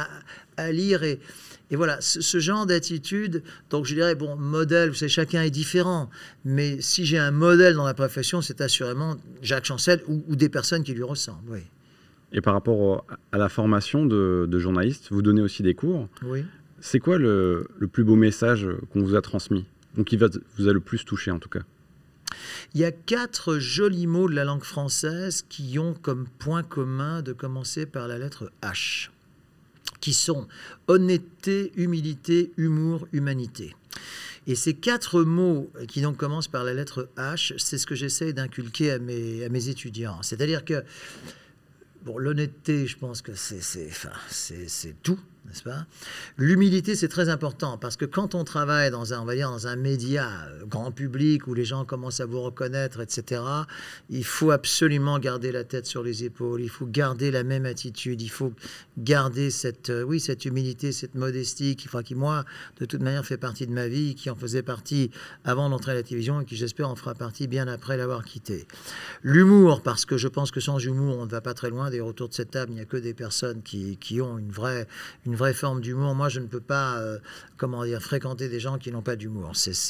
à lire. Et voilà, ce genre d'attitude, donc je dirais, bon, modèle, vous savez, chacun est différent. Mais si j'ai un modèle dans la profession, c'est assurément Jacques Chancel ou des personnes qui lui ressemblent, oui. Et par rapport à la formation de journaliste, vous donnez aussi des cours. Oui. C'est quoi le plus beau message qu'on vous a transmis, ou qui vous a le plus touché en tout cas ? Il y a 4 jolis mots de la langue française qui ont comme point commun de commencer par la lettre H, qui sont honnêteté, humilité, humour, humanité. Et ces 4 mots qui donc commencent par la lettre H, c'est ce que j'essaie d'inculquer à mes étudiants. C'est-à-dire que bon, l'honnêteté, je pense que c'est tout, n'est-ce pas ? L'humilité, c'est très important, parce que quand on travaille dans un média grand public où les gens commencent à vous reconnaître, etc., il faut absolument garder la tête sur les épaules, il faut garder la même attitude, il faut garder cette humilité, cette modestie qui, moi, de toute manière, fait partie de ma vie, qui en faisait partie avant d'entrer à la télévision et qui, j'espère, en fera partie bien après l'avoir quittée. L'humour, parce que je pense que sans humour, on ne va pas très loin. D'ailleurs, autour de cette table, il n'y a que des personnes qui ont une vraie forme d'humour. Moi, je ne peux pas, fréquenter des gens qui n'ont pas d'humour.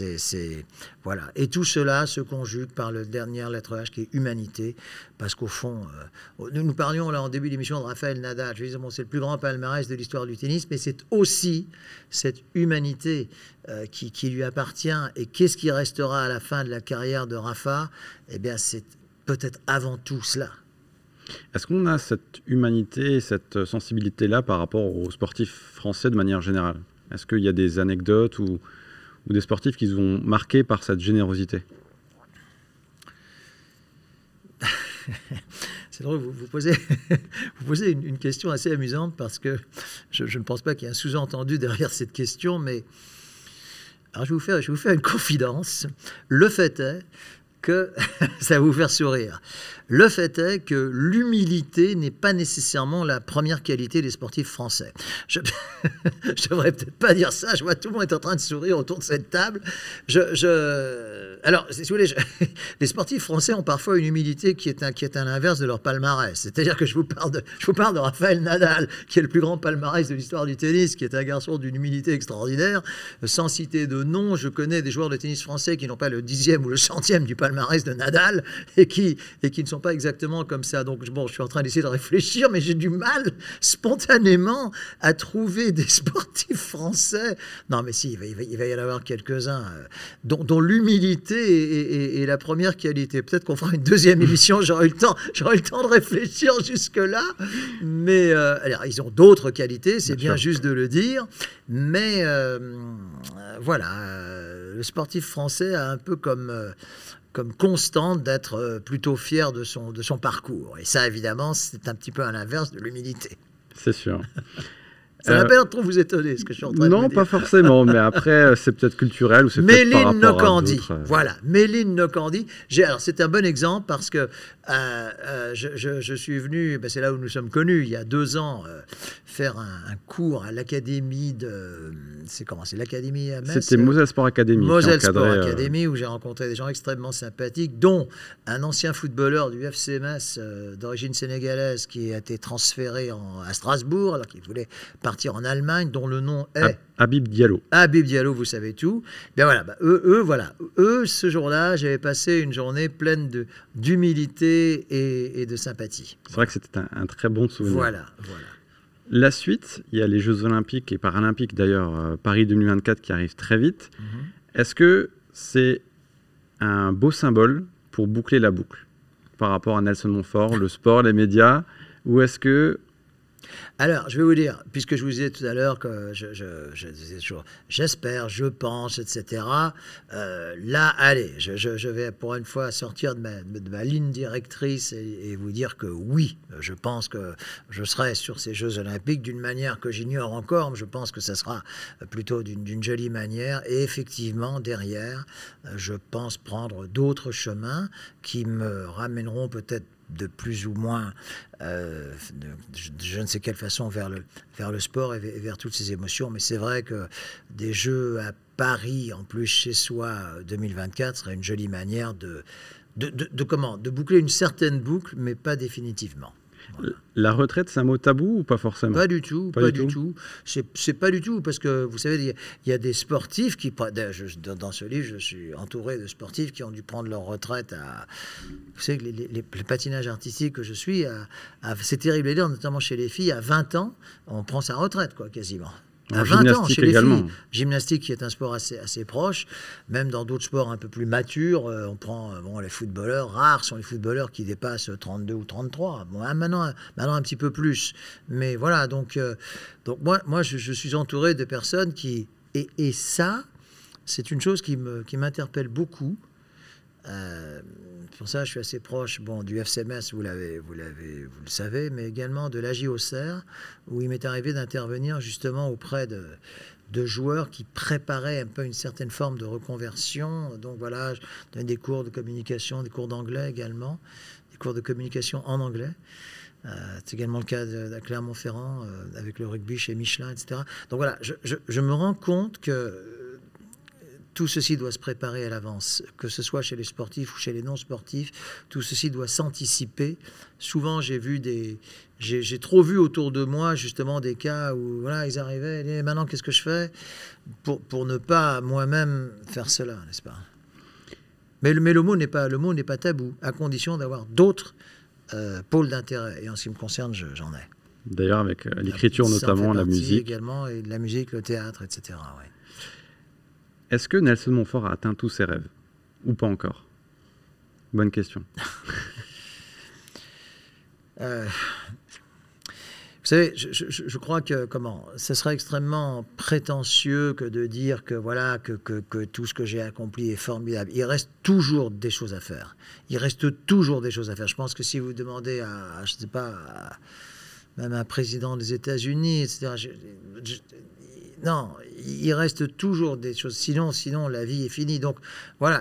Voilà. Et tout cela se conjugue par la dernière lettre H, qui est humanité, parce qu'au fond, nous parlions là en début d'émission de Rafael Nadal. Je disais, bon, c'est le plus grand palmarès de l'histoire du tennis, mais c'est aussi cette humanité qui lui appartient. Et qu'est-ce qui restera à la fin de la carrière de Rafa ? Eh bien, c'est peut-être avant tout cela. Est-ce qu'on a cette humanité, cette sensibilité-là par rapport aux sportifs français de manière générale? Est-ce qu'il y a des anecdotes ou des sportifs qui vous ont marqué par cette générosité? C'est drôle, vous posez une question assez amusante parce que je ne pense pas qu'il y ait un sous-entendu derrière cette question, mais alors je vais vous faire une confidence. Le fait est que ça va vous faire sourire. Le fait est que l'humilité n'est pas nécessairement la première qualité des sportifs français. Je devrais peut-être pas dire ça. Je vois tout le monde est en train de sourire autour de cette table. Alors, si vous voulez, les sportifs français ont parfois une humilité qui est à l'inverse de leur palmarès. C'est-à-dire que je vous parle de Raphaël Nadal, qui est le plus grand palmarès de l'histoire du tennis, qui est un garçon d'une humilité extraordinaire. Sans citer de nom, je connais des joueurs de tennis français qui n'ont pas le 10e ou le 100e du palmarès de Nadal et qui ne sont pas exactement comme ça. Donc, bon, je suis en train d'essayer de réfléchir, mais j'ai du mal spontanément à trouver des sportifs français. Non, mais si, il va y en avoir quelques-uns dont l'humilité est la première qualité. Peut-être qu'on fera une deuxième émission, j'aurai eu le temps de réfléchir jusque-là. Mais alors, ils ont d'autres qualités, c'est bien juste de le dire. Mais voilà, le sportif français a un peu comme constante d'être plutôt fier de son parcours. Et ça, évidemment, c'est un petit peu à l'inverse de l'humilité. C'est sûr. Ça n'a pas l'air trop vous étonner, ce que je suis en train de vous dire. Non, pas forcément, mais après, c'est peut-être culturel ou c'est peut-être par rapport à d'autres. Voilà, Méline Nocandi. Alors, c'est un bon exemple parce que je suis venu, c'est là où nous sommes connus, il y a 2 ans, faire un cours à l'académie de... C'est l'académie à Metz? C'était Moselle Sport Academy. Moselle Sport Academy, où j'ai rencontré des gens extrêmement sympathiques, dont un ancien footballeur du FC Metz d'origine sénégalaise qui a été transféré à Strasbourg, alors qu'il voulait partir en Allemagne, dont le nom est... Habib Diallo. Habib Diallo, vous savez tout. Bien voilà, eux, ce jour-là, j'avais passé une journée pleine d'humilité et de sympathie. C'est vrai que c'était un très bon souvenir. Voilà. La suite, il y a les Jeux Olympiques et Paralympiques, d'ailleurs, Paris 2024 qui arrivent très vite. Est-ce que c'est un beau symbole pour boucler la boucle par rapport à Nelson Montfort, le sport, les médias, ou est-ce que... Alors, je vais vous dire, puisque je vous disais tout à l'heure que je disais toujours j'espère, je pense, etc. Là, allez, je vais pour une fois sortir de ma ligne directrice et vous dire que oui, je pense que je serai sur ces Jeux Olympiques d'une manière que j'ignore encore, mais je pense que ça sera plutôt d'une jolie manière. Et effectivement, derrière, je pense prendre d'autres chemins qui me ramèneront peut-être de plus ou moins, je ne sais quelle façon, vers le sport et vers toutes ces émotions. Mais c'est vrai que des Jeux à Paris, en plus chez soi, 2024, serait une jolie manière de boucler une certaine boucle, mais pas définitivement. Voilà. La retraite, c'est un mot tabou ou pas forcément? Pas du tout. C'est pas du tout, parce que vous savez, il y a des sportifs qui... Dans ce livre, je suis entouré de sportifs qui ont dû prendre leur retraite à... Vous savez que les patinages artistiques que je suis, c'est terrible à dire, notamment chez les filles, à 20 ans, on prend sa retraite, quoi, quasiment. À 20 ans, chez les filles. Gymnastique qui est un sport assez proche. Même dans d'autres sports un peu plus matures, on prend les footballeurs. Rares sont les footballeurs qui dépassent 32 ou 33. Bon, maintenant un petit peu plus. Mais voilà, donc moi je suis entouré de personnes qui... Et ça, c'est une chose qui m'interpelle beaucoup. Pour ça, je suis assez proche du FC Metz, vous le savez, mais également de l'AJ Auxerre, où il m'est arrivé d'intervenir justement auprès de joueurs qui préparaient un peu une certaine forme de reconversion. Donc voilà, je donnais des cours de communication, des cours d'anglais également, des cours de communication en anglais. C'est également le cas de Clermont-Ferrand, avec le rugby chez Michelin, etc. Donc voilà, je me rends compte que tout ceci doit se préparer à l'avance, que ce soit chez les sportifs ou chez les non-sportifs. Tout ceci doit s'anticiper. Souvent, j'ai trop vu autour de moi justement des cas où voilà, ils arrivaient, et maintenant qu'est-ce que je fais pour ne pas moi-même faire cela, n'est-ce pas? Mais le mot n'est pas tabou, à condition d'avoir d'autres pôles d'intérêt. Et en ce qui me concerne, j'en ai. D'ailleurs, avec l'écriture notamment, la musique également, et la musique, le théâtre, etc. Ouais. Est-ce que Nelson Montfort a atteint tous ses rêves? Ou pas encore? Bonne question. Euh, Vous savez, je crois que ce serait extrêmement prétentieux que de dire que voilà que tout ce que j'ai accompli est formidable. Il reste toujours des choses à faire. Il reste toujours des choses à faire. Je pense que si vous demandez à je sais pas, même un président des États-Unis, etc. Non, il reste toujours des choses. Sinon, la vie est finie. Donc voilà,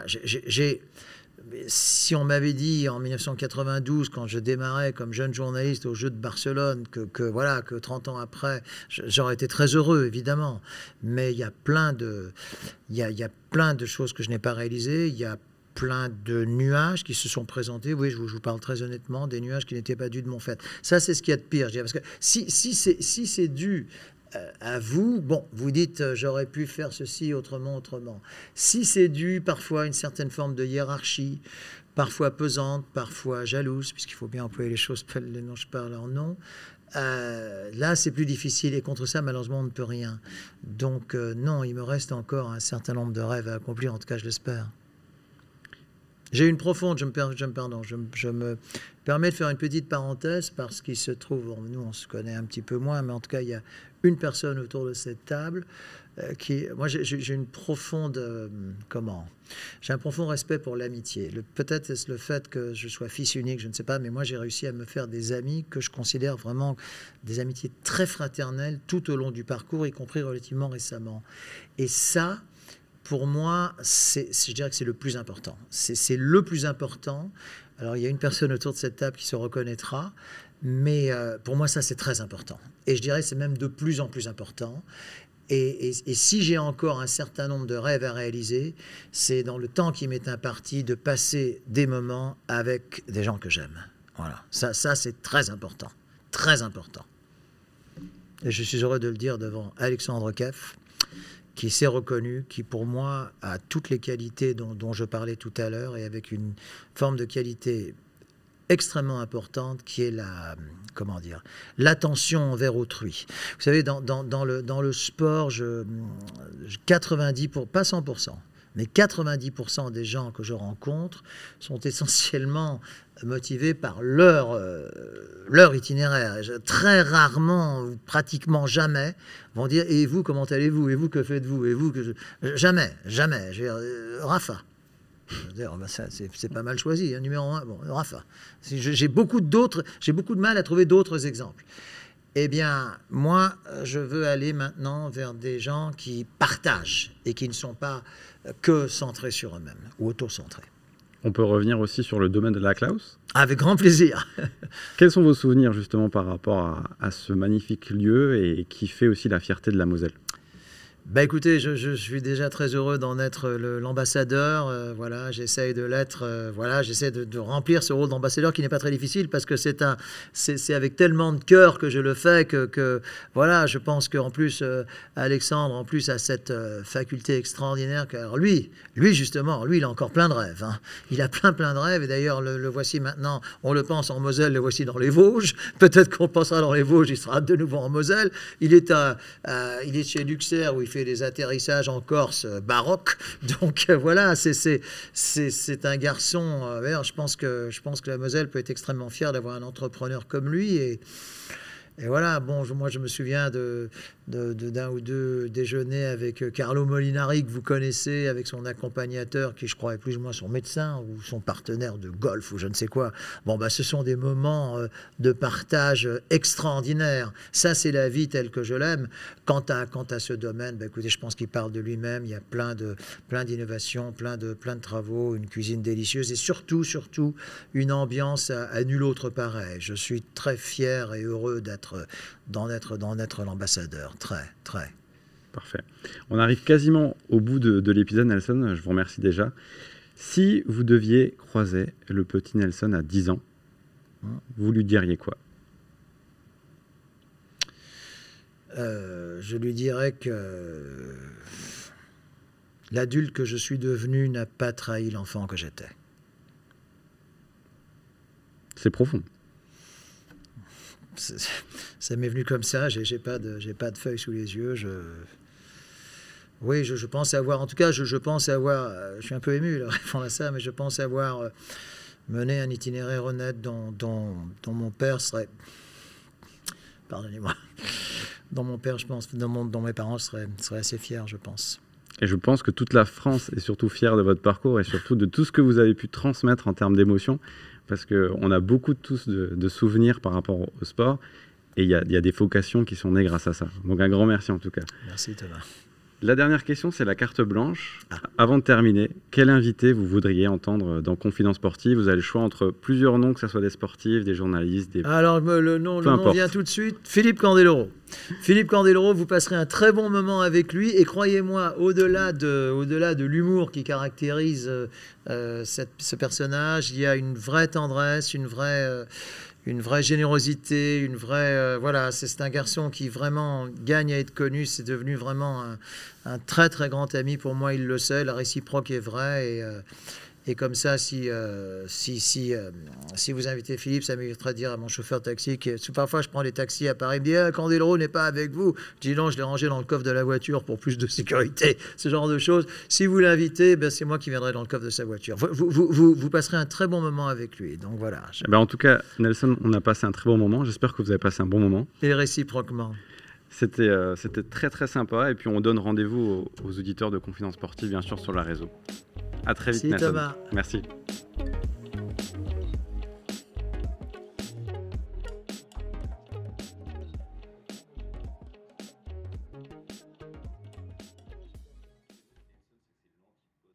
si on m'avait dit en 1992, quand je démarrais comme jeune journaliste aux Jeux de Barcelone, que 30 ans après, j'aurais été très heureux, évidemment. Mais il y a plein de choses que je n'ai pas réalisées. Il y a plein de nuages qui se sont présentés. Oui, je vous parle très honnêtement, des nuages qui n'étaient pas dus de mon fait. Ça, c'est ce qu'il y a de pire, je dirais. Parce que si c'est dû à vous, bon, vous dites j'aurais pu faire ceci autrement. Si c'est dû parfois à une certaine forme de hiérarchie, parfois pesante, parfois jalouse, puisqu'il faut bien employer les choses dont je parle en nom, là c'est plus difficile et contre ça malheureusement on ne peut rien. Donc non, il me reste encore un certain nombre de rêves à accomplir, en tout cas je l'espère. J'ai une profonde, je me permets de faire une petite parenthèse parce qu'il se trouve, bon, nous on se connaît un petit peu moins, mais en tout cas il y a une personne autour de cette table moi j'ai une profonde, j'ai un profond respect pour l'amitié. Peut-être est-ce le fait que je sois fils unique, je ne sais pas, mais moi j'ai réussi à me faire des amis que je considère vraiment des amitiés très fraternelles tout au long du parcours, y compris relativement récemment. Et ça, pour moi, je dirais que c'est le plus important. C'est le plus important. Alors, il y a une personne autour de cette table qui se reconnaîtra, mais pour moi, ça, c'est très important. Et je dirais que c'est même de plus en plus important. Et si j'ai encore un certain nombre de rêves à réaliser, c'est dans le temps qui m'est imparti de passer des moments avec des gens que j'aime. Voilà. Ça c'est très important. Très important. Et je suis heureux de le dire devant Alexandre Keff, qui s'est reconnu, qui pour moi a toutes les qualités dont je parlais tout à l'heure, et avec une forme de qualité extrêmement importante qui est l'attention envers autrui. Vous savez, dans le sport, 90%, pas 100%, mais 90% des gens que je rencontre sont essentiellement motivés par leur itinéraire. Très rarement, pratiquement jamais, vont dire « Et vous, comment allez-vous ? Et vous, que faites-vous ? Et vous, Jamais. Rafa. C'est pas mal choisi, hein, numéro 1, bon, Rafa. J'ai beaucoup de mal à trouver d'autres exemples. Eh bien, moi, je veux aller maintenant vers des gens qui partagent et qui ne sont pas que centrés sur eux-mêmes ou auto-centrés. On peut revenir aussi sur le domaine de la Klaus ? Avec grand plaisir. Quels sont vos souvenirs justement par rapport à ce magnifique lieu et qui fait aussi la fierté de la Moselle ? Écoutez, je suis déjà très heureux d'en être l'ambassadeur. Voilà, j'essaye de l'être. J'essaie de remplir ce rôle d'ambassadeur qui n'est pas très difficile parce que c'est avec tellement de cœur que je le fais que voilà, je pense qu'en plus Alexandre en plus a cette faculté extraordinaire. Alors lui justement, il a encore plein de rêves. Hein. Il a plein de rêves et d'ailleurs le voici maintenant. On le pense en Moselle, le voici dans les Vosges. Peut-être qu'on pensera dans les Vosges, il sera de nouveau en Moselle. Il est chez Luxair où il fait des atterrissages en Corse baroque. Donc voilà, c'est un garçon. Je pense que la Moselle peut être extrêmement fière d'avoir un entrepreneur comme lui. Et voilà, bon, moi je me souviens d'un ou deux déjeuners avec Carlo Molinari, que vous connaissez, avec son accompagnateur, qui je crois est plus ou moins son médecin, ou son partenaire de golf, ou je ne sais quoi. Bon, ce sont des moments de partage extraordinaires. Ça, c'est la vie telle que je l'aime. Quant à ce domaine, écoutez, je pense qu'il parle de lui-même. Il y a plein d'innovations, plein de travaux, une cuisine délicieuse, et surtout, une ambiance à nul autre pareil. Je suis très fier et heureux d'en être l'ambassadeur. Très. Parfait. On arrive quasiment au bout de l'épisode, Nelson. Je vous remercie déjà. Si vous deviez croiser le petit Nelson à 10 ans, vous lui diriez quoi ? Je lui dirais que l'adulte que je suis devenu n'a pas trahi l'enfant que j'étais. C'est profond. Ça m'est venu comme ça, j'ai pas de feuille sous les yeux. Je pense avoir, en tout cas, je pense avoir, je suis un peu ému là, répondre à ça, mais je pense avoir mener un itinéraire honnête dont mon père serait... Pardonnez-moi. Dont mon père, je pense, dont mes parents seraient assez fiers, je pense. Et je pense que toute la France est surtout fière de votre parcours et surtout de tout ce que vous avez pu transmettre en termes d'émotions, parce qu'on a beaucoup tous de souvenirs par rapport au sport, et il y a des vocations qui sont nées grâce à ça. Donc un grand merci en tout cas. Merci Thomas. La dernière question, c'est la carte blanche. Avant de terminer, quel invité vous voudriez entendre dans Confidence Sportive? Vous avez le choix entre plusieurs noms, que ce soit des sportifs, des journalistes, des... Alors, le nom vient tout de suite. Philippe Candeloro. Philippe Candeloro, vous passerez un très bon moment avec lui. Et croyez-moi, au-delà de l'humour qui caractérise ce personnage, il y a une vraie tendresse, une vraie générosité, voilà, c'est un garçon qui vraiment gagne à être connu. C'est devenu vraiment un très très grand ami pour moi, il le sait. La réciproque est vraie et comme ça, si vous invitez Philippe, ça m'éviterait de dire à mon chauffeur de taxi parfois je prends des taxis à Paris, il me dit Candeloro n'est pas avec vous. Je dis non, je l'ai rangé dans le coffre de la voiture pour plus de sécurité, ce genre de choses. Si vous l'invitez, c'est moi qui viendrai dans le coffre de sa voiture. Vous passerez un très bon moment avec lui. Donc voilà. En tout cas, Nelson, on a passé un très bon moment. J'espère que vous avez passé un bon moment. Et réciproquement. C'était très très sympa. Et puis on donne rendez-vous aux auditeurs de Confidence Sportive, bien sûr, sur la réseau. À très vite, Merci, Nelson. Thomas. Merci.